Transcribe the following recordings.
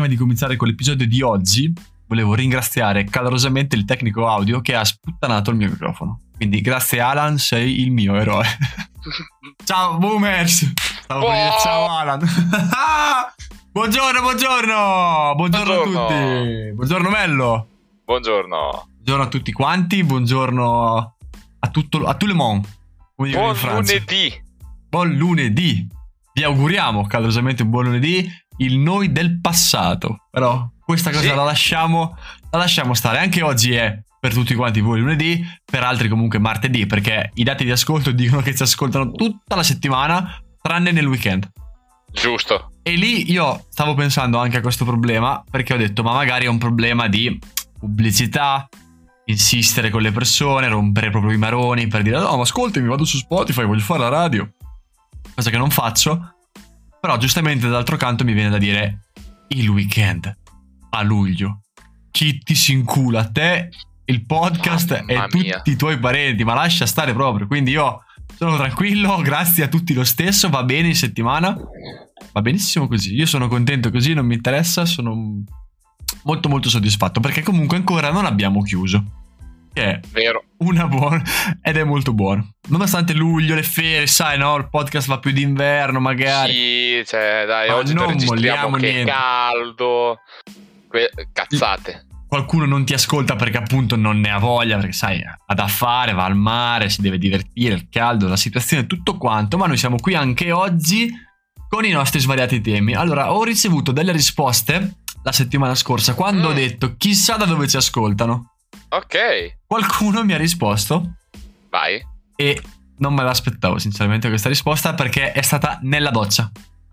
prima di cominciare con l'episodio di oggi, volevo ringraziare calorosamente il tecnico audio che ha sputtanato il mio microfono. Quindi grazie Alan, sei il mio eroe. Ciao boomers! Stavo per dire ciao Alan. Buongiorno a tutti. Buongiorno Mello. Buongiorno a tutti quanti. Buongiorno a tout le monde. Buon lunedì. Buon lunedì. Vi auguriamo calorosamente un buon lunedì. Il noi del passato. Però questa cosa la lasciamo stare. Anche oggi è per tutti quanti voi lunedì, per altri comunque martedì, perché i dati di ascolto dicono che ci ascoltano tutta la settimana, tranne nel weekend. Giusto. E lì io stavo pensando anche a questo problema, perché ho detto ma magari è un problema di pubblicità, insistere con le persone, rompere proprio i maroni per dire no ma ascoltami, vado su Spotify, voglio fare la radio, cosa che non faccio. Però giustamente dall'altro canto mi viene da dire il weekend a luglio chi ti si incula, a te, il podcast e tutti i tuoi parenti, ma lascia stare proprio. Quindi io sono tranquillo, grazie a tutti lo stesso, va bene in settimana, va benissimo così, io sono contento così, non mi interessa, sono molto molto soddisfatto perché comunque ancora non abbiamo chiuso, che è vero, una buona, ed è molto buono nonostante luglio, le ferie, sai no, il podcast va più d'inverno magari, sì, cioè dai, ma oggi non registriamo che è caldo, cazzate. Qualcuno non ti ascolta perché appunto non ne ha voglia, perché sai, ha da fare, va al mare, si deve divertire, il caldo, la situazione, tutto quanto. Ma noi siamo qui anche oggi con i nostri svariati temi. Allora, ho ricevuto delle risposte la settimana scorsa quando ho detto chissà da dove ci ascoltano. Ok. Qualcuno mi ha risposto. Vai. E non me l'aspettavo sinceramente questa risposta perché è stata nella doccia.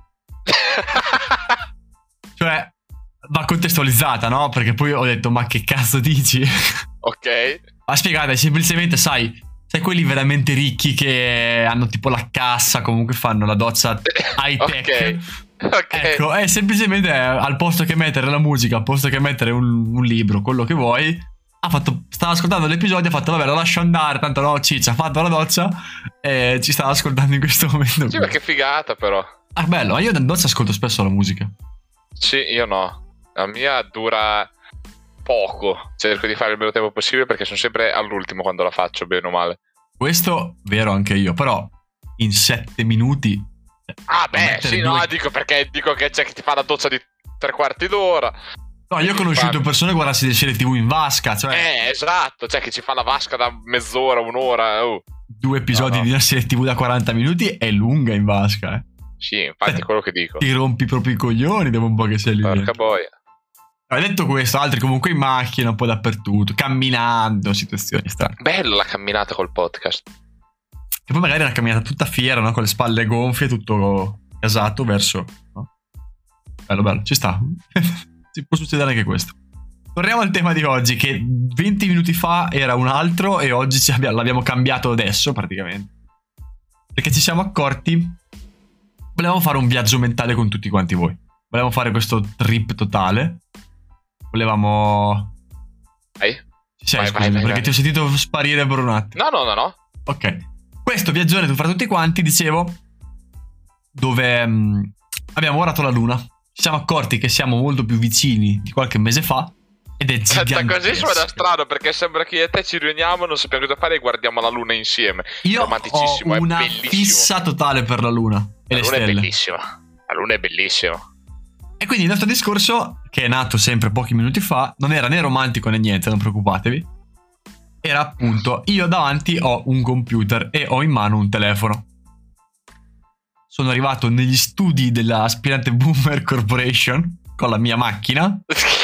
Cioè va contestualizzata, no? Perché poi ho detto ma che cazzo dici? Ok. Ma spiegate, semplicemente sai quelli veramente ricchi che hanno tipo la cassa, comunque fanno la doccia high tech. Ok. Ecco, semplicemente al posto che mettere la musica, al posto che mettere un libro, quello che vuoi, stava ascoltando l'episodio, ha fatto vabbè lo lascio andare, tanto no ciccia, ha fatto la doccia e ci stava ascoltando in questo momento. Sì, ma che figata però. Ah bello, io in doccia ascolto spesso la musica. Sì, io no. La mia dura poco. Cerco di fare il meno tempo possibile perché sono sempre all'ultimo quando la faccio, bene o male. Questo vero anche io, però in 7 minuti. Ah beh, sì, no, dico che c'è chi ti fa la doccia di 3/4 d'ora. No, io ho conosciuto persone guardarsi le serie TV in vasca, cioè. Esatto, c'è chi ci fa la vasca da mezz'ora, un'ora. 2 episodi di una serie TV da 40 minuti è lunga in vasca, Sì, infatti è quello che dico. Ti rompi proprio i coglioni dopo un po' che sei lì. Porca boia. Detto questo, altri comunque in macchina, un po' dappertutto, camminando, situazioni strane. Bella la camminata col podcast. Che poi magari è una camminata tutta fiera, no? Con le spalle gonfie, tutto casato verso, no? Bello, ci sta. Ci può succedere anche questo. Torniamo al tema di oggi, che 20 minuti fa era un altro e oggi l'abbiamo cambiato adesso praticamente. Perché ci siamo accorti. Volevamo fare un viaggio mentale con tutti quanti voi. Volevamo fare questo trip totale. Volevamo. Vai. Vai, perché ti ho sentito sparire per un attimo. No. Ok. Questo viaggione fra tutti quanti, dicevo, dove abbiamo guardato la luna. Ci siamo accorti che siamo molto più vicini di qualche mese fa. Ed è gigantesco. Così suona strano perché sembra che io e te ci riuniamo, non sappiamo cosa fare e guardiamo la luna insieme. Io ho una fissa totale per la luna e le stelle. La luna è bellissima. E quindi il nostro discorso, che è nato sempre pochi minuti fa, non era né romantico né niente, non preoccupatevi. Era appunto, io davanti ho un computer e ho in mano un telefono. Sono arrivato negli studi dell'Aspirante Boomer Corporation con la mia macchina.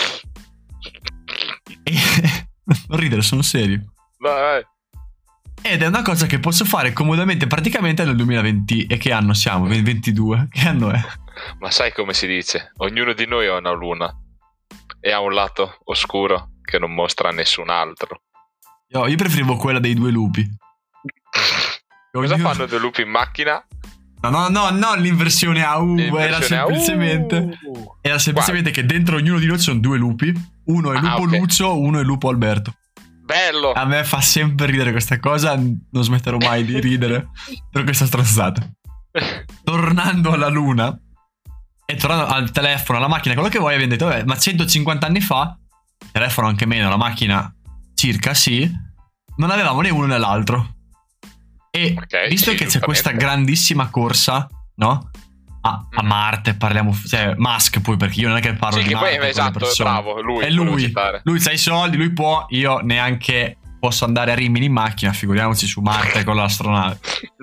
E non ridere, sono serio. Vai. Ed è una cosa che posso fare comodamente praticamente nel 2020. E che anno siamo? 2022? Che anno è? Ma sai come si dice? Ognuno di noi ha una luna e ha un lato oscuro che non mostra a nessun altro. Io preferivo quella dei 2 lupi. Cosa fanno 2 lupi in macchina? No, l'inversione a U. Era semplicemente che dentro ognuno di noi sono 2 lupi. Uno è Lupo Lucio, uno è Lupo Alberto. Bello! A me fa sempre ridere questa cosa, non smetterò mai di ridere per questa stronzata. Tornando alla luna, E tornando al telefono, alla macchina, quello che vuoi, abbiamo detto, vabbè, ma 150 anni fa, il telefono anche meno, la macchina circa sì, non avevamo né uno né l'altro. E visto che c'è questa grandissima corsa, no? A Marte, parliamo, cioè Musk poi, perché io non è che parlo di Marte, poi, esatto, bravo, è lui c'ha i soldi, lui può, io neanche posso andare a Rimini in macchina, figuriamoci su Marte con l'astronave.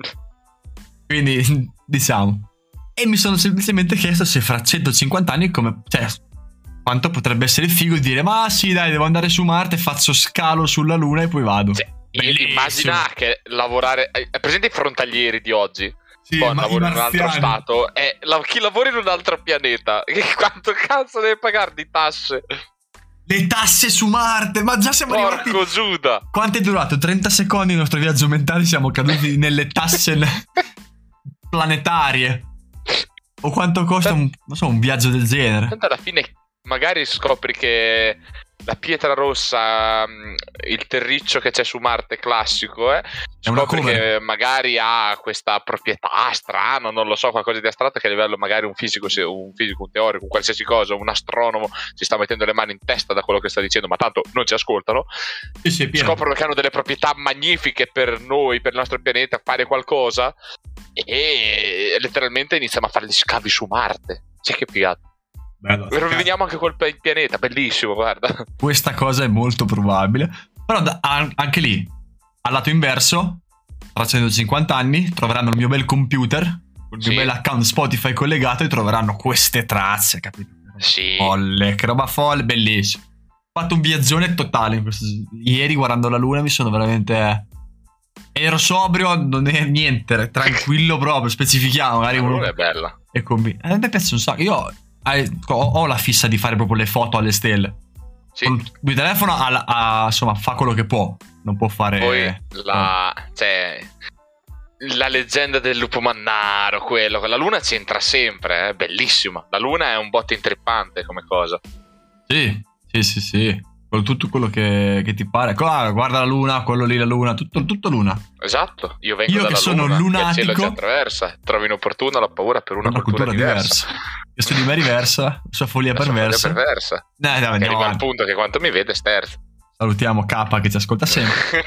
Quindi, diciamo. E mi sono semplicemente chiesto se fra 150 anni quanto potrebbe essere figo dire, ma sì dai, devo andare su Marte, faccio scalo sulla Luna e poi vado. Immagina che lavorare, è presente i frontalieri di oggi? Sì, poi lavori in un altro stato e chi lavora in un altro pianeta, quanto cazzo deve pagare di tasse? Le tasse su Marte, ma già siamo arrivati. Porco Giuda. Quanto è durato? 30 secondi il nostro viaggio mentale, siamo caduti nelle tasse planetarie. O quanto costa non so, un viaggio del genere? Tanto alla fine magari scopri che la pietra rossa, il terriccio che c'è su Marte classico, scopri che magari ha questa proprietà strana, non lo so, qualcosa di astratto che a livello magari un fisico, un teorico, un qualsiasi cosa, un astronomo si sta mettendo le mani in testa da quello che sta dicendo, ma tanto non ci ascoltano. Sì, scoprono che hanno delle proprietà magnifiche per noi, per il nostro pianeta, fare qualcosa e letteralmente iniziamo a fare gli scavi su Marte. Cioè, che figata. Roviniamo anche quel pianeta, bellissimo, guarda. Questa cosa è molto probabile. Però anche lì, al lato inverso, tra 150 anni troveranno il mio bel computer, il mio bel account Spotify collegato e troveranno queste tracce, capito? Sì. Folle, che roba folle, bellissimo. Ho fatto un viaggione totale ieri guardando la luna, mi sono veramente... Ero sobrio, non è niente, tranquillo proprio, specifichiamo. Magari la luna è bella. E a me piace un sacco. Io ho la fissa di fare proprio le foto alle stelle. Sì. Il mio telefono insomma fa quello che può. Non può fare. Poi la leggenda del lupo mannaro, quello con la luna c'entra sempre, è bellissima. La luna è un botto intrippante come cosa. Sì. Tutto quello che ti pare. Guarda la luna, quello lì la luna, tutto luna. Esatto. Io vengo dalla che sono luna, lunatico, che il cielo ci attraversa. Trovo inopportuna la paura per una cultura diversa. Che su di me riversa, sua follia perversa. Arriva al punto che quanto mi vede sterza. Salutiamo K che ci ascolta sempre.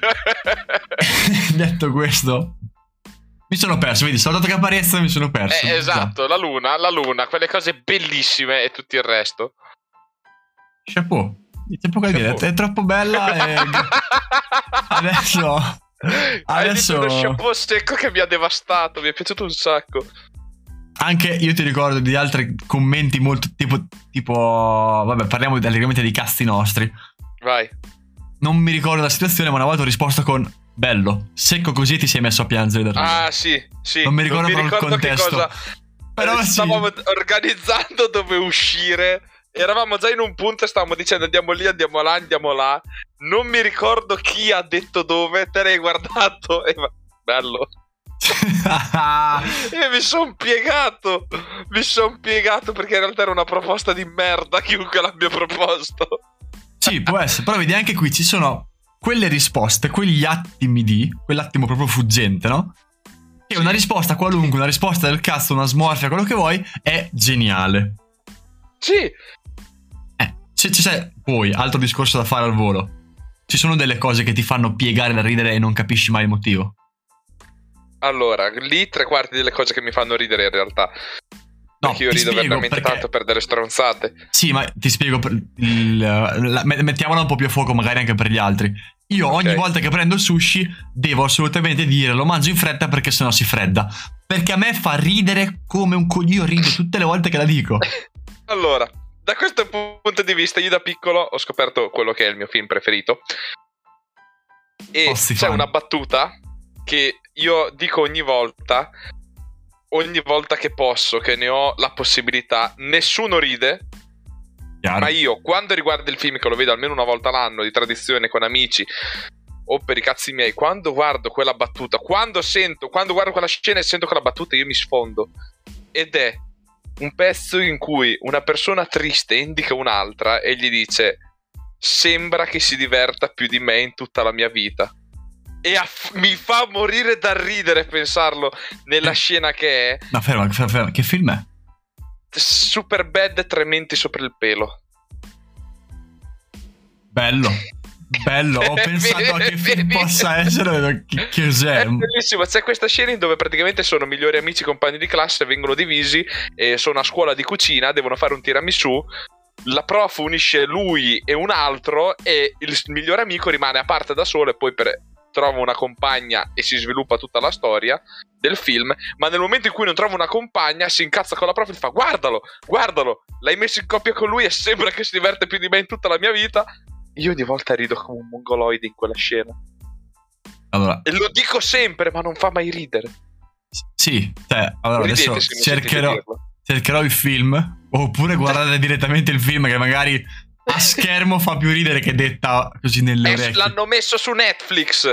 Detto questo, mi sono perso, vedi, soldato che apparezza mi sono perso. Esatto, la luna, quelle cose bellissime e tutto il resto. Chapeau. C'è poco da dire, è troppo bella e... adesso hai detto uno shampoo secco che mi ha devastato, mi è piaciuto un sacco. Anche io ti ricordo di altri commenti molto tipo vabbè, parliamo allegramente dei casti nostri. Vai. Non mi ricordo la situazione, ma una volta ho risposto con bello, secco così ti sei messo a piangere da ridere. Ah sì. Non mi ricordo il contesto. Che cosa... Però stavamo organizzando dove uscire. Eravamo già in un punto e stavamo dicendo andiamo lì, andiamo là. Non mi ricordo chi ha detto dove. Te l'hai guardato e bello. E mi son piegato perché in realtà era una proposta di merda, chiunque l'abbia proposto. Sì, può essere. Però vedi, anche qui ci sono quelle risposte, quegli attimi quell'attimo proprio fuggente, no? Che una risposta qualunque, una risposta del cazzo, una smorfia, quello che vuoi, è geniale. Sì. C'è poi, altro discorso da fare al volo. Ci sono delle cose che ti fanno piegare da ridere e non capisci mai il motivo. Allora, lì 3/4 delle cose che mi fanno ridere in realtà. Perché io rido veramente tanto per delle stronzate. Sì, ma ti spiego, mettiamola un po' più a fuoco magari anche per gli altri. Io ogni volta che prendo il sushi devo assolutamente dire lo mangio in fretta perché sennò si fredda. Perché a me fa ridere come un coglione, rido tutte le volte che la dico. Allora, da questo punto di vista, io da piccolo ho scoperto quello che è il mio film preferito. E c'è una battuta che io dico ogni volta che posso, che ne ho la possibilità. Nessuno ride, ma io quando riguardo il film, che lo vedo almeno una volta l'anno di tradizione con amici o per i cazzi miei, quando guardo quella battuta, quando guardo quella scena e sento quella battuta, io mi sfondo. Ed è un pezzo in cui una persona triste indica un'altra e gli dice: sembra che si diverta più di me in tutta la mia vita. E mi fa morire da ridere pensarlo nella scena che è. Ma ferma, che film è? super bad, 3 menti sopra il pelo. Bello, ho pensato a che film possa essere, che cos'è? È bellissimo, c'è questa scena in dove praticamente sono migliori amici, compagni di classe, vengono divisi e sono a scuola di cucina, devono fare un tiramisù. La prof unisce lui e un altro e il migliore amico rimane a parte da solo e poi trova una compagna e si sviluppa tutta la storia del film. Ma nel momento in cui non trova una compagna si incazza con la prof e fa: guardalo, l'hai messo in coppia con lui e sembra che si diverte più di me in tutta la mia vita. Io ogni volta rido come un mongoloide in quella scena. Allora, e lo dico sempre, ma non fa mai ridere. Sì, allora adesso cercherò il film. Oppure guardate direttamente il film, che magari a schermo fa più ridere che detta così nelle orecchie. L'hanno messo su Netflix.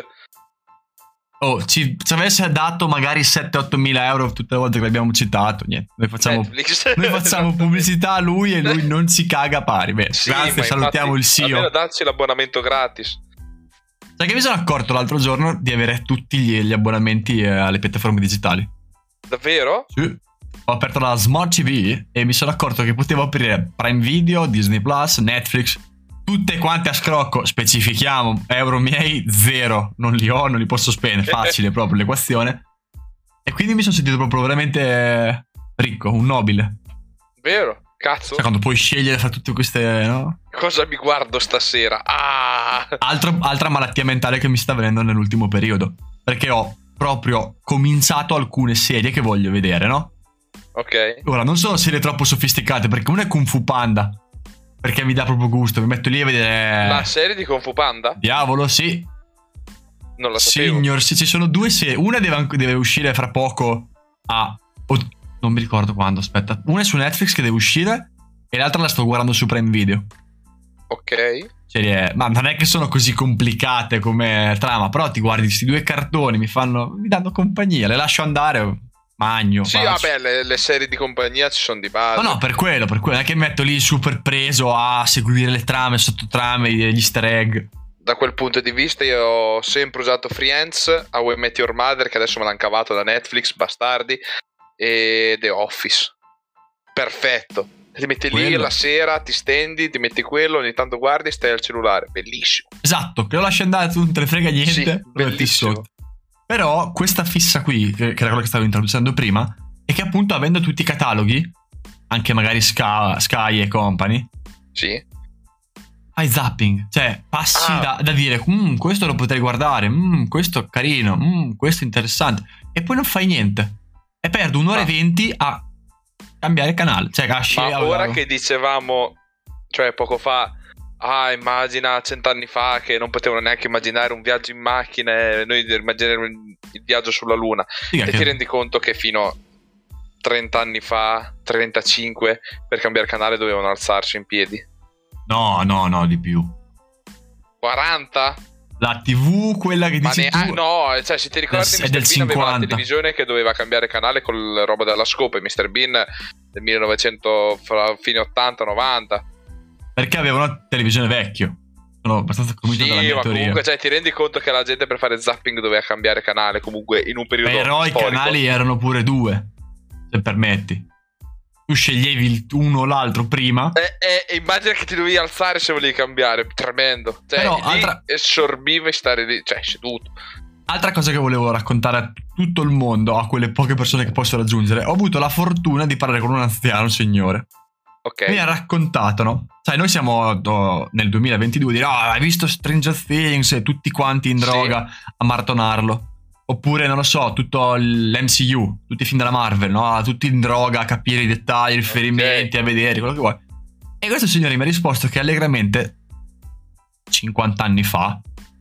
Ci avesse dato magari 7-8 mila euro tutte le volte che l'abbiamo citato. Niente, noi facciamo pubblicità a lui e lui non si caga pari. Beh, sì, grazie, salutiamo il CEO. Almeno darci l'abbonamento gratis. Sai che mi sono accorto l'altro giorno di avere tutti gli abbonamenti alle piattaforme digitali. Davvero? Sì. Ho aperto la Smart TV e mi sono accorto che potevo aprire Prime Video, Disney Plus, Netflix, tutte quante a scrocco. Specifichiamo, euro miei 0, non li posso spendere, facile proprio l'equazione. E quindi mi sono sentito proprio veramente ricco, un nobile. Vero? Cazzo. Cioè, quando puoi scegliere fra tutte queste, no? Cosa mi guardo stasera? Altra malattia mentale che mi sta venendo nell'ultimo periodo, perché ho proprio cominciato alcune serie che voglio vedere, no? Ok. Ora, non sono serie troppo sofisticate, perché una è Kung Fu Panda, perché mi dà proprio gusto, mi metto lì a vedere... La serie di Kung Fu Panda? Diavolo, sì. Non la sapevo. Signor, sì, ci sono 2 serie. Una deve uscire fra poco non mi ricordo quando, aspetta. Una è su Netflix che deve uscire e l'altra la sto guardando su Prime Video. Ok. Ma non è che sono così complicate come trama, però ti guardi questi 2 cartoni, mi danno compagnia, le lascio andare... Magno. Sì, vabbè, le serie di compagnia ci sono di base. No, per quello. Non è che metto lì super preso a seguire le trame, sottotrame, gli easter egg. Da quel punto di vista io ho sempre usato Friends, How I Met Your Mother, che adesso me l'hanno cavato da Netflix, bastardi, e The Office. Perfetto. Ti metti lì la sera, ti stendi, ti metti quello, ogni tanto guardi e stai al cellulare. Bellissimo. Esatto, che lo lasci andare, tu non te ne frega niente. Sì, bellissimo. Però questa fissa qui, che era quello che stavo introducendo prima, è che appunto avendo tutti i cataloghi, anche magari Sky e company, sì, fai zapping, cioè passi da dire questo lo potrei guardare, questo è carino, questo è interessante, e poi non fai niente e perdo 1 ora e 20 a cambiare canale, cioè ora che dicevamo, cioè poco fa, immagina 100 anni fa che non potevano neanche immaginare un viaggio in macchina e noi immaginare il viaggio sulla Luna. Ti rendi conto che fino a 30 anni fa, 35, per cambiare canale dovevano alzarsi in piedi? No, di più. 40? La TV, quella che dici tu... no, cioè se ti ricordi Mr. Bean aveva la televisione che doveva cambiare canale con la roba della scopa, e Mr. Bean del 1900, fine 80-90. Perché aveva una televisione vecchio. Sono abbastanza convinto della mia teoria. Comunque, cioè, ti rendi conto che la gente per fare zapping doveva cambiare canale comunque in un periodo però storico. I canali erano pure 2, se permetti. Tu sceglievi uno o l'altro prima. E immagina che ti dovevi alzare se volevi cambiare. Tremendo. Cioè, però assorbiva e stare lì, cioè, seduto. Altra cosa che volevo raccontare a tutto il mondo, a quelle poche persone che posso raggiungere. Ho avuto la fortuna di parlare con un anziano signore. Ok. Mi ha raccontato, no? Sai, noi siamo nel 2022 dire hai visto Stranger Things e tutti quanti in droga a maratonarlo. Oppure, non lo so, tutto l'MCU, tutti i film della Marvel, no? Tutti in droga a capire i dettagli, i riferimenti, a vedere quello che vuoi. E questo signore mi ha risposto che allegramente 50 anni fa,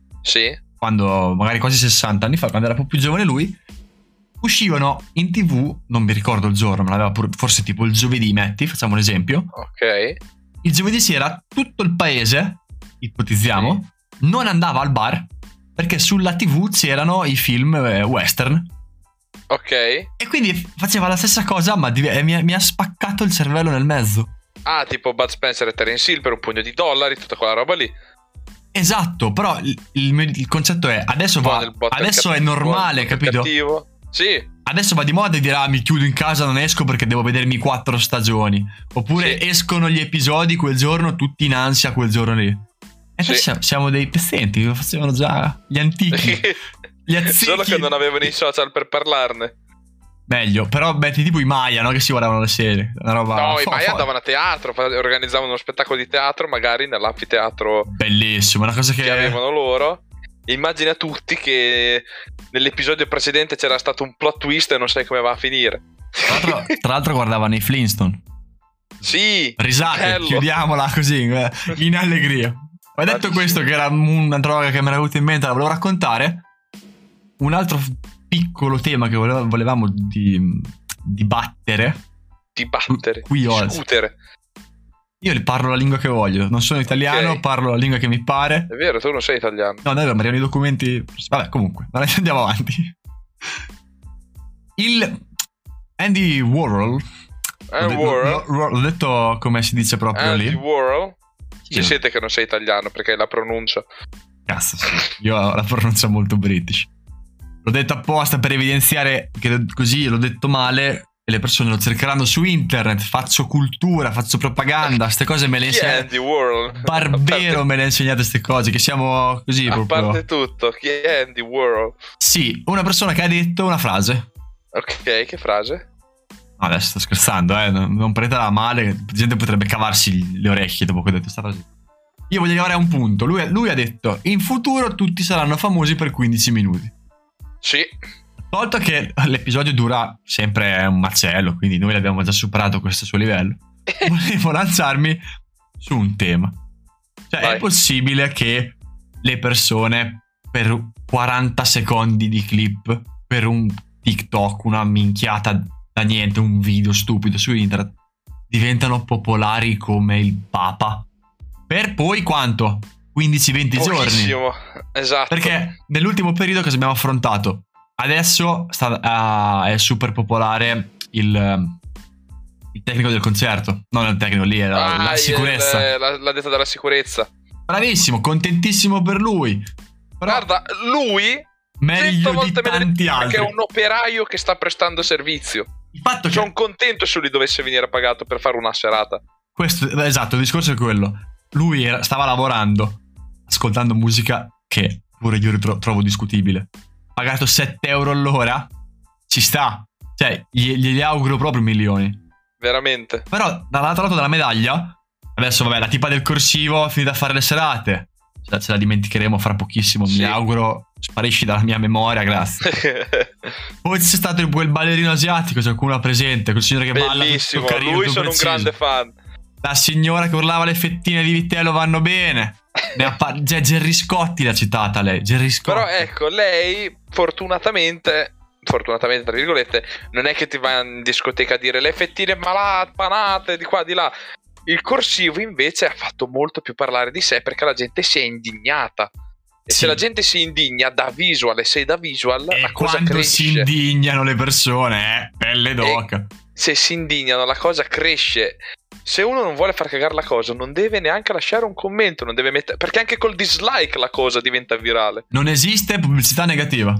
quando magari quasi 60 anni fa, quando era un po' più giovane lui, uscivano in TV, non mi ricordo il giorno, ma l'aveva pure, forse tipo il giovedì, facciamo un esempio. Ok. Il giovedì sera tutto il paese, ipotizziamo, non andava al bar perché sulla TV c'erano i film western. Ok. E quindi faceva la stessa cosa, ma mi ha spaccato il cervello nel mezzo. Tipo Bud Spencer e Terence Hill per un pugno di dollari, tutta quella roba lì. Esatto, però il concetto è adesso è normale, capito? Cattivo. Sì. adesso va di moda e dirà mi chiudo in casa, non esco perché devo vedermi 4 stagioni. Oppure escono gli episodi quel giorno, tutti in ansia quel giorno lì. E noi siamo dei pezzenti, lo facevano già gli antichi. Gli azzechi. Solo che non avevano i social per parlarne. Meglio, però metti tipo i Maya, no? Che si guardavano le serie. Una roba no, i Maya andavano a teatro, organizzavano uno spettacolo di teatro, magari nell'anfiteatro. Bellissimo, una cosa che avevano loro. Immagina tutti che nell'episodio precedente c'era stato un plot twist e non sai come va a finire. Tra l'altro guardavano i Flintstone. Sì. Risate, bello. Chiudiamola così, in allegria. Ho detto questo, che era una droga che mi era venuta in mente, la volevo raccontare. Un altro piccolo tema che volevamo dibattere. Qui oggi. Discutere. Io parlo la lingua che voglio, non sono italiano, parlo la lingua che mi pare. È vero, tu non sei italiano. No, mi arrivano i documenti. Vabbè, comunque, andiamo avanti. Il Andy Warhol. L'ho detto come si dice proprio Andy lì. Andy Warhol. Si sente che non sei italiano perché la pronuncia. Cazzo, sì. Io ho la pronuncia molto british. L'ho detto apposta per evidenziare che così l'ho detto male e le persone lo cercheranno su internet. Faccio cultura, faccio propaganda, queste cose me le insegnate. Chi è Andy Warhol? Barbero me le ha insegnate queste cose, che siamo così proprio. A parte tutto, chi è Andy Warhol? Sì, una persona che ha detto una frase. Ok, che frase? No, adesso sto scherzando, non prendetela male, la gente potrebbe cavarsi le orecchie dopo che ho detto questa frase. Io voglio arrivare a un punto. Lui ha detto: in futuro tutti saranno famosi per 15 minuti. Sì. Tolto che l'episodio dura sempre un macello, quindi noi l'abbiamo già superato questo suo livello. Volevo lanciarmi su un tema. Cioè, vai. È possibile che le persone per 40 secondi di clip, per un TikTok, una minchiata da niente, un video stupido su internet, diventano popolari come il Papa? Per poi quanto? 15-20 giorni. Esatto. Perché nell'ultimo periodo cosa abbiamo affrontato? Adesso è super popolare il tecnico del concerto. Non il tecnico lì, è la sicurezza. La detta della sicurezza. Bravissimo, contentissimo per lui. Però guarda, lui meglio di tanti altri. Perché è un operaio che sta prestando servizio. Il fatto sono contento se lui dovesse venire pagato per fare una serata. Questo, esatto, il discorso è quello. Lui stava lavorando, ascoltando musica che pure io trovo discutibile. Pagato 7 euro all'ora, ci sta. Cioè, gli auguro proprio milioni. Veramente. Però, dall'altro lato della medaglia, adesso vabbè, la tipa del corsivo ha finito a fare le serate. Ce la dimenticheremo fra pochissimo, sì. Mi auguro sparisci dalla mia memoria, grazie. Poi c'è stato quel ballerino asiatico, c'è qualcuno presente, quel signore che balla. Bellissimo, lui sono un grande fan. La signora che urlava le fettine di vitello vanno bene. Gerry Scotti l'ha citata lei. Gerry Scotti. Però ecco, lei fortunatamente tra virgolette, non è che ti va in discoteca a dire le fettine panate di qua di là. Il corsivo invece ha fatto molto più parlare di sé perché la gente si è indignata. E sì. Se la gente si indigna da visual e sei da visual, e la cosa cresce. Quando si indignano le persone, pelle d'oca. Se si indignano la cosa cresce. Se uno non vuole far cagare la cosa, non deve neanche lasciare un commento, non deve mettere, perché anche col dislike la cosa diventa virale. Non esiste pubblicità negativa.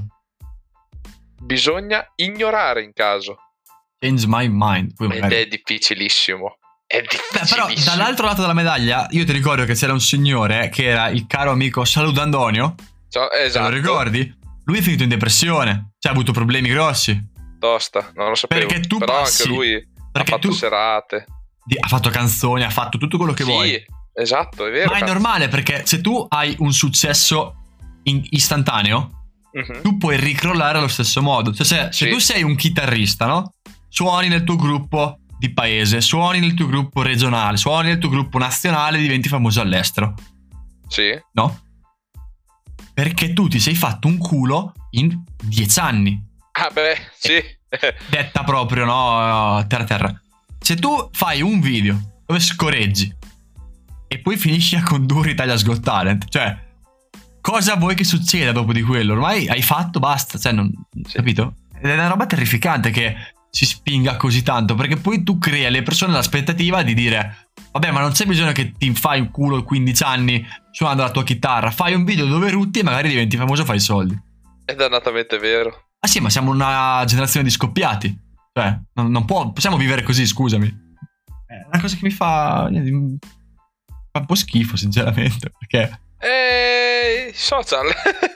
Bisogna ignorare in caso. Change my mind. Ed è difficilissimo. È difficilissimo. Però dall'altro lato della medaglia, io ti ricordo che c'era un signore che era il caro amico Saludo Antonio. Esatto. Te lo ricordi? Lui è finito in depressione. Cioè ha avuto problemi grossi. Tosta, non lo sapevo. Perché tu però passi, anche lui ha fatto serate. Ha fatto canzoni, ha fatto tutto quello che vuoi. Sì, esatto, è vero. Ma è normale perché se tu hai un successo istantaneo, tu puoi ricrollare allo stesso modo. Cioè se tu sei un chitarrista, no? Suoni nel tuo gruppo di paese, suoni nel tuo gruppo regionale, suoni nel tuo gruppo nazionale, diventi famoso all'estero. Sì. No? Perché tu ti sei fatto un culo in 10 anni. Ah beh, sì. Detta proprio, no? Terra. Se tu fai un video dove scorreggi e poi finisci a condurre Italia's Got Talent, cioè, cosa vuoi che succeda dopo di quello? Ormai hai fatto, basta, cioè, capito? Ed è una roba terrificante che si spinga così tanto, perché poi tu crei alle persone l'aspettativa di dire: vabbè, ma non c'è bisogno che ti fai un culo 15 anni suonando la tua chitarra, fai un video dove rutti e magari diventi famoso e fai soldi. È dannatamente vero. Ah sì, ma siamo una generazione di scoppiati. Cioè, non possiamo vivere così, scusami. È una cosa che mi fa un po' schifo, sinceramente, perché... Social.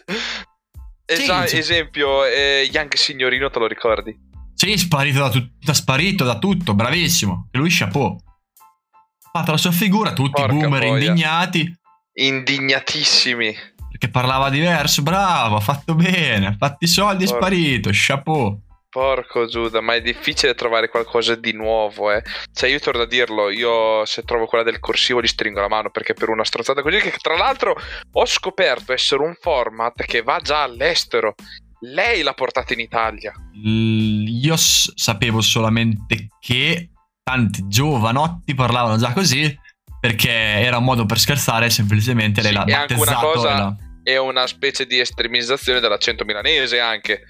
Sì. Esempio, Young Signorino, te lo ricordi? Sì, sparito da tutto, bravissimo. E lui chapeau. Ha fatto la sua figura, tutti Porca boomer boia. indignati. Indignatissimi. Perché parlava diverso, bravo, ha fatto bene, ha fatto i soldi, è sparito, chapeau. Porco Giuda, ma è difficile trovare qualcosa di nuovo, eh. Cioè, io torno a dirlo, io se trovo quella del corsivo gli stringo la mano, perché per una strozzata così, che tra l'altro ho scoperto essere un format che va già all'estero. Lei l'ha portata in Italia. Io sapevo solamente che tanti giovanotti parlavano già così, perché era un modo per scherzare, semplicemente lei l'ha battezzato. Anche una cosa, è una specie di estremizzazione dell'accento milanese anche.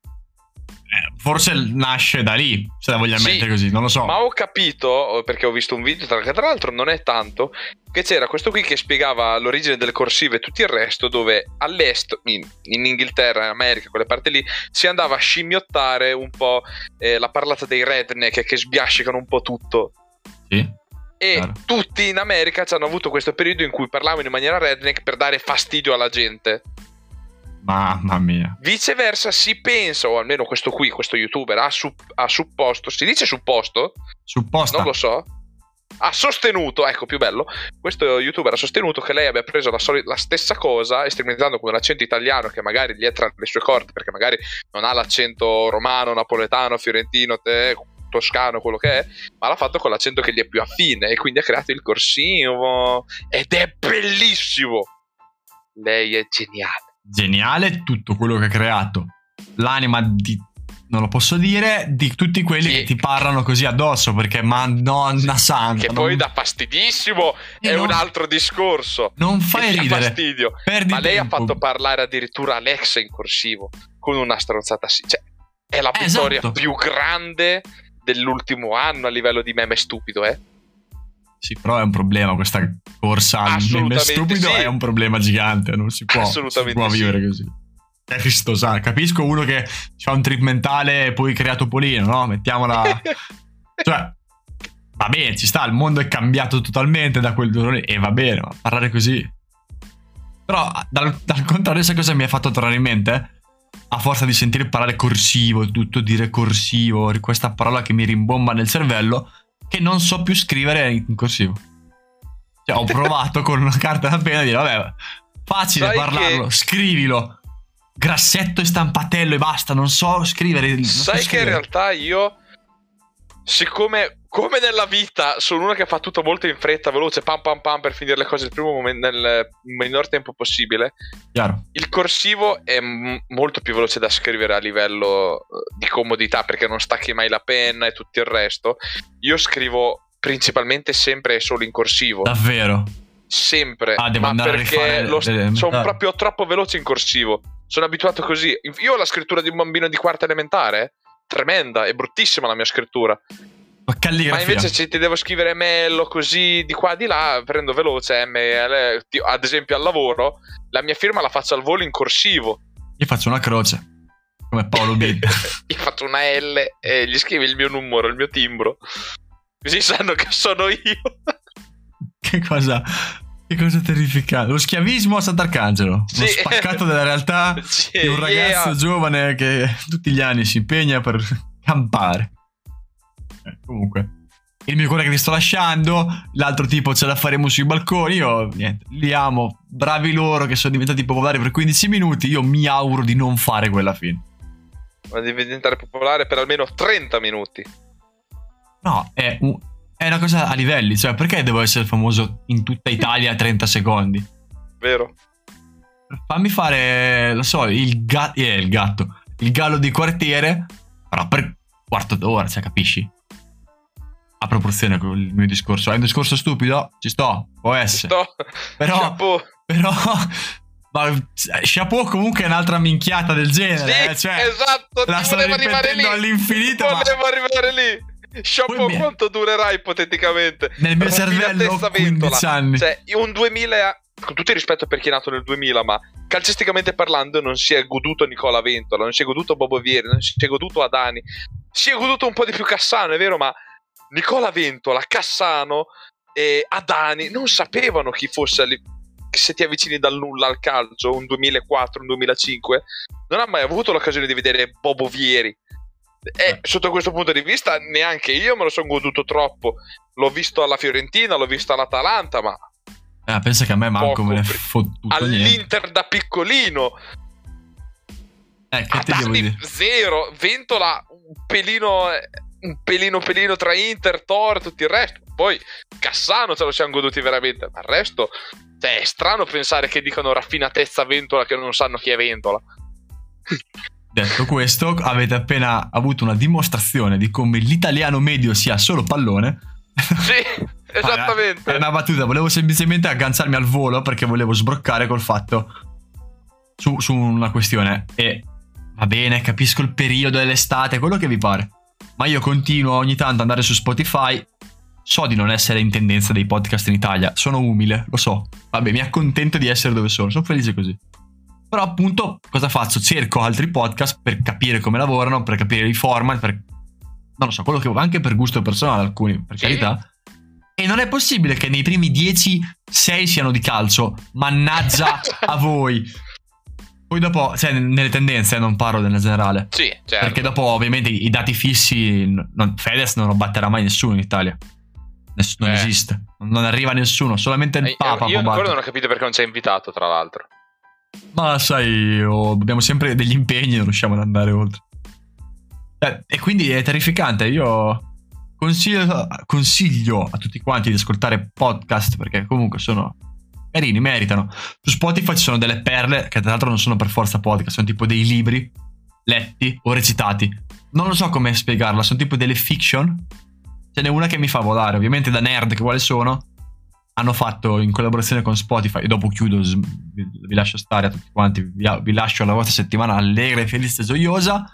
Forse nasce da lì, se la vogliamo mettere così, non lo so. Ma ho capito, perché ho visto un video, che tra l'altro non è tanto, che c'era questo qui che spiegava l'origine delle corsive e tutto il resto, dove all'est, in Inghilterra, in America, quelle parti lì, si andava a scimmiottare un po' la parlata dei redneck che sbiascicano un po' tutto. Sì. E tutti in America ci hanno avuto questo periodo in cui parlavano in maniera redneck per dare fastidio alla gente. Mamma mia. Viceversa si pensa, o almeno questo youtuber ha supposto, si dice supposto? Supposta. Non lo so. Ha sostenuto, ecco, più bello, questo youtuber ha sostenuto che lei abbia preso la stessa cosa, estremizzando con un accento italiano che magari gli è tra le sue corde, perché magari non ha l'accento romano, napoletano, fiorentino, toscano, quello che è, ma l'ha fatto con l'accento che gli è più affine, e quindi ha creato il corsivo, ed è bellissimo. Lei è geniale. Geniale tutto quello che ha creato. L'anima di, non lo posso dire, di tutti quelli che ti parlano così addosso, perché madonna santa, che poi dà fastidissimo, è un altro discorso. Non fai ridere, fastidio. Ma lei ha fatto parlare addirittura Alexa in corsivo con una stronzata, cioè è la vittoria più grande dell'ultimo anno a livello di meme stupido, Sì, però è un problema questa corsa al meme stupido, è un problema gigante, non si può vivere così. Cristo sa, capisco uno che fa un trip mentale e poi crea Topolino, no? Mettiamola... cioè, va bene, ci sta, il mondo è cambiato totalmente da quel giorno lì, e va bene, ma parlare così... Però, dal contrario, sai cosa mi ha fatto tornare in mente? A forza di sentire parlare corsivo, tutto dire corsivo, questa parola che mi rimbomba nel cervello... che non so più scrivere in corsivo. Cioè, ho provato con una carta da penna a dire, vabbè, facile parlarlo, scrivilo. Grassetto e stampatello e basta, non so scrivere. Che in realtà io, siccome, come nella vita, sono uno che fa tutto molto in fretta, veloce, pam pam pam, per finire le cose nel minor tempo possibile. Chiaro. Il corsivo è molto più veloce da scrivere a livello di comodità, perché non stacchi mai la penna e tutto il resto. Io scrivo principalmente sempre e solo in corsivo. Davvero? Sempre. Devo andare perché a rifare sono proprio troppo veloce in corsivo. Sono abituato così. Io ho la scrittura di un bambino di quarta elementare, tremenda, è bruttissima la mia scrittura. Ma invece se ti devo scrivere mello così di qua di là, prendo veloce ad esempio al lavoro la mia firma la faccio al volo in corsivo. Io faccio una croce come Paolo Bid. Io faccio una L e gli scrivi il mio numero, il mio timbro, così sanno che sono io. Che cosa terrificante. Lo schiavismo a Sant'Arcangelo, lo spaccato della realtà di un ragazzo giovane che tutti gli anni si impegna per campare. Comunque, il mio cuore che ti sto lasciando, l'altro tipo ce la faremo sui balconi. Io niente, li amo, bravi loro che sono diventati popolari per 15 minuti. Io mi auguro di non fare quella fine, ma di diventare popolare per almeno 30 minuti. No, è una cosa a livelli, cioè perché devo essere famoso in tutta Italia a 30 secondi? Vero. Fammi fare, lo so, il gatto, il gallo di quartiere, però per quarto d'ora, cioè, capisci? A proporzione con il mio discorso. È un discorso stupido? Ci sto, può essere. Però ma chapeau comunque è un'altra minchiata del genere. Sì, cioè, esatto, la sto ripetendo all'infinito. Volevo arrivare lì. Chapeau, quanto durerà ipoteticamente? Nel mio cervello 15 anni. Cioè, un 2000 con tutto il rispetto per chi è nato nel 2000, ma calcisticamente parlando non si è goduto Nicola Ventola, non si è goduto Bobo Vieri, non si è goduto Adani, si è goduto un po' di più Cassano, è vero, ma Nicola Ventola, Cassano e Adani non sapevano chi fosse se ti avvicini dal nulla al calcio, un 2004, un 2005, non ha mai avuto l'occasione di vedere Bobo Vieri. E sotto questo punto di vista neanche io me lo sono goduto troppo. L'ho visto alla Fiorentina, l'ho visto all'Atalanta, ma pensa che a me manco me ne è fottuto all'Inter niente. Da piccolino. Che te devo dire? Zero. Ventola un pelino tra Inter, Tor, tutto il resto. Poi Cassano ce lo siamo goduti veramente, ma il resto, cioè, è strano pensare che dicano raffinatezza Ventola che non sanno chi è Ventola. Detto questo, avete appena avuto una dimostrazione di come l'italiano medio sia solo pallone. Sì, esattamente. È una battuta, volevo semplicemente agganciarmi al volo perché volevo sbroccare col fatto su una questione. E va bene, capisco il periodo dell'estate, quello che vi pare, ma io continuo ogni tanto ad andare su Spotify. So di non essere in tendenza dei podcast in Italia, sono umile, lo so. Vabbè, mi accontento di essere dove sono felice così. Però appunto cosa faccio? Cerco altri podcast per capire come lavorano, per capire i format, non lo so, quello che anche per gusto personale alcuni, per carità. E non è possibile che nei primi 10, 6 siano di calcio. Mannaggia a voi. Poi dopo, cioè nelle tendenze non parlo nella generale. Sì, certo. Perché dopo ovviamente i dati fissi, Fedez non lo batterà mai nessuno in Italia. Non esiste. Non arriva nessuno, solamente il Papa. Io ancora non ho capito perché non ci ha invitato, tra l'altro. Ma sai, abbiamo sempre degli impegni e non riusciamo ad andare oltre. E quindi è terrificante. Io consiglio a tutti quanti di ascoltare podcast perché comunque sono carini, meritano. Su Spotify ci sono delle perle che tra l'altro non sono per forza podcast, sono tipo dei libri letti o recitati. Non lo so come spiegarla, sono tipo delle fiction. Ce n'è una che mi fa volare, ovviamente da nerd che quale sono. Hanno fatto in collaborazione con Spotify, e dopo chiudo, vi lascio stare a tutti quanti, vi lascio alla vostra settimana allegra, felice e gioiosa.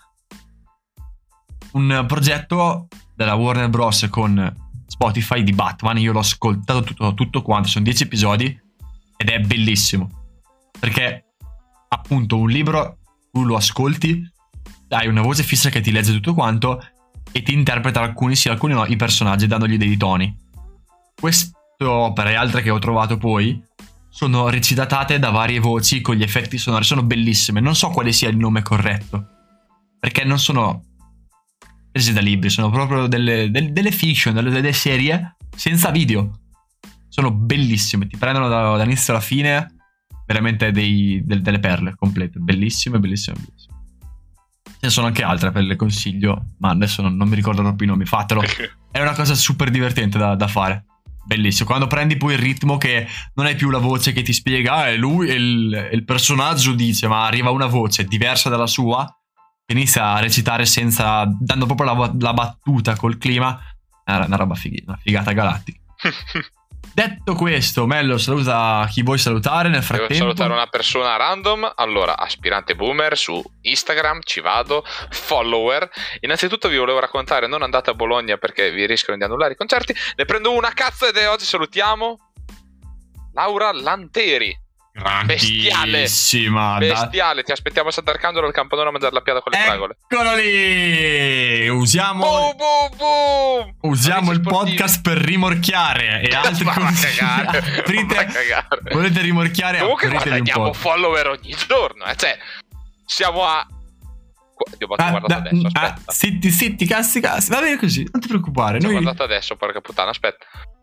Un progetto della Warner Bros. Con Spotify di Batman. Io l'ho ascoltato tutto quanto, sono 10 episodi ed è bellissimo. Perché appunto un libro, tu lo ascolti, hai una voce fissa che ti legge tutto quanto e ti interpreta alcuni no, i personaggi dandogli dei toni. Queste opere e altre che ho trovato poi sono recitate da varie voci con gli effetti sonori, sono bellissime. Non so quale sia il nome corretto perché non sono prese da libri, sono proprio delle fiction, delle serie senza video. Sono bellissime, ti prendono dall'inizio alla fine, veramente delle perle complete, bellissime. Ce ne sono anche altre, per le consiglio, ma adesso non mi ricordo troppo i nomi, fatelo. È una cosa super divertente da fare. Bellissimo, quando prendi poi il ritmo che non è più la voce che ti spiega, è lui, il personaggio dice, ma arriva una voce diversa dalla sua, che inizia a recitare dando proprio la battuta col clima, è una roba una figata galattica. Detto questo, Mello, saluta chi vuoi salutare nel frattempo. Devo salutare una persona random. Allora, aspirante boomer su Instagram, ci vado, follower. Innanzitutto vi volevo raccontare, non andate a Bologna perché vi rischiano di annullare i concerti. Ne prendo una cazzo ed oggi salutiamo Laura Lanteri. Bestiale, ti aspettiamo a Sant'Arcangelo al Campanone a mangiare la piada con le fragole. Eccolo lì. Usiamo il podcast per rimorchiare e altre cose. Volete rimorchiare? Comunque guarda, diamo follower ogni giorno, cioè siamo a guardato adesso, aspetta. Zitti, cassi, va bene così, non ti preoccupare. Ho guardato adesso, porca puttana, aspetta.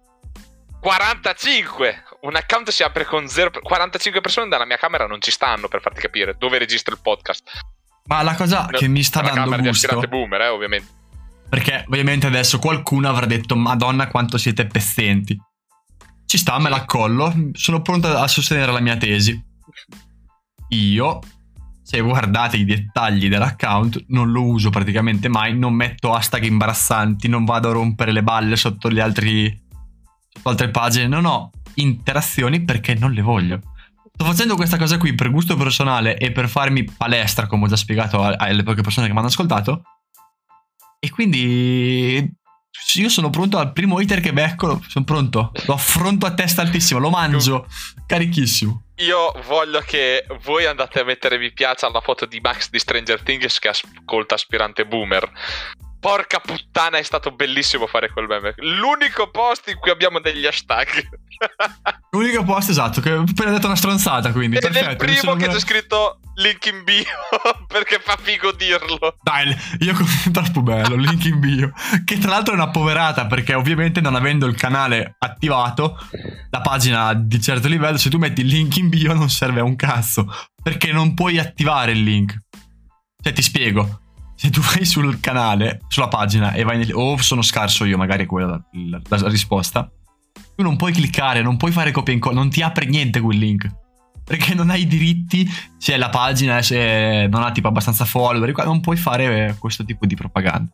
45. Un account si apre con 45 persone dalla mia camera non ci stanno, per farti capire dove registro il podcast. Ma la cosa che mi sta dando gusto, di aspirante boomer, ovviamente, perché ovviamente adesso qualcuno avrà detto Madonna quanto siete pezzenti. Ci sta, me la collo, sono pronto a sostenere la mia tesi. Io, se guardate i dettagli dell'account, non lo uso praticamente mai, non metto hashtag imbarazzanti, non vado a rompere le balle sotto altre pagine, non ho interazioni perché non le voglio. Sto facendo questa cosa qui per gusto personale e per farmi palestra, come ho già spiegato alle poche persone che mi hanno ascoltato, e quindi io sono pronto al primo hater che becco, sono pronto, lo affronto a testa altissima, lo mangio, carichissimo. Io voglio che voi andate a mettere mi piace alla foto di Max di Stranger Things che ascolta Aspirante Boomer. Porca puttana, è stato bellissimo fare quel meme. L'unico post in cui abbiamo degli hashtag. L'unico post, esatto, che ho appena detto una stronzata, quindi. Ed è il primo che c'è scritto link in bio, perché fa figo dirlo. Dai, io troppo bello, link in bio. Che tra l'altro è una poverata, perché ovviamente non avendo il canale attivato, la pagina di certo livello, se tu metti il link in bio non serve a un cazzo, perché non puoi attivare il link. Cioè, ti spiego. Se tu vai sul canale, sulla pagina e vai sono scarso io, magari è quella la risposta. Tu non puoi cliccare, non puoi fare copia e incolla, non ti apre niente quel link. Perché non hai i diritti, se la pagina se non ha tipo abbastanza follower, non puoi fare questo tipo di propaganda.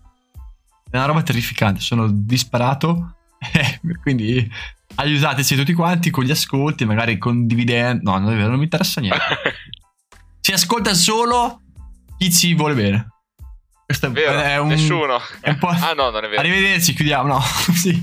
È una roba terrificante, sono disperato. Quindi aiutateci tutti quanti con gli ascolti, magari condividendo. No, non è vero, non mi interessa niente. Si ascolta solo chi ci vuole bene. Questo vero, è nessuno. È un po'... Ah no, non è vero. Arrivederci, chiudiamo. No, sì.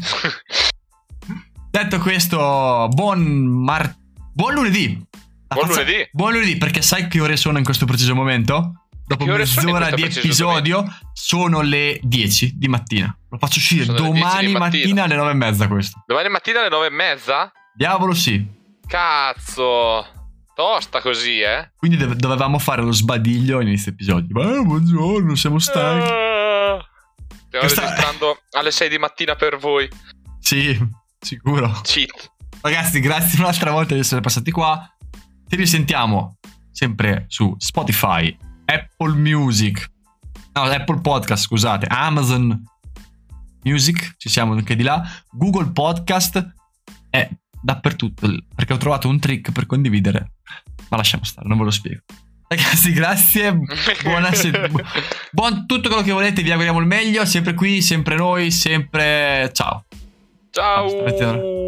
Detto questo, buon lunedì. Buon lunedì, perché sai che ore sono in questo preciso momento? Dopo mezz'ora di episodio sono le 10 di mattina. Lo faccio uscire domani mattina alle 9:30 questo. Domani mattina alle 9:30? Diavolo sì. Cazzo. Tosta così, Quindi dovevamo fare lo sbadiglio in inizio episodio. Buongiorno, siamo stanchi. Stiamo registrando alle 6 di mattina per voi. Sì, sicuro. Cheat. Ragazzi, grazie un'altra volta di essere passati qua. Ci risentiamo sempre su Spotify, Apple Music, no, Apple Podcast, scusate, Amazon Music, ci siamo anche di là, Google Podcast e dappertutto, perché ho trovato un trick per condividere, ma lasciamo stare, non ve lo spiego. Ragazzi, grazie, buon tutto quello che volete, vi auguriamo il meglio, sempre qui, sempre noi, sempre ciao. Ciao.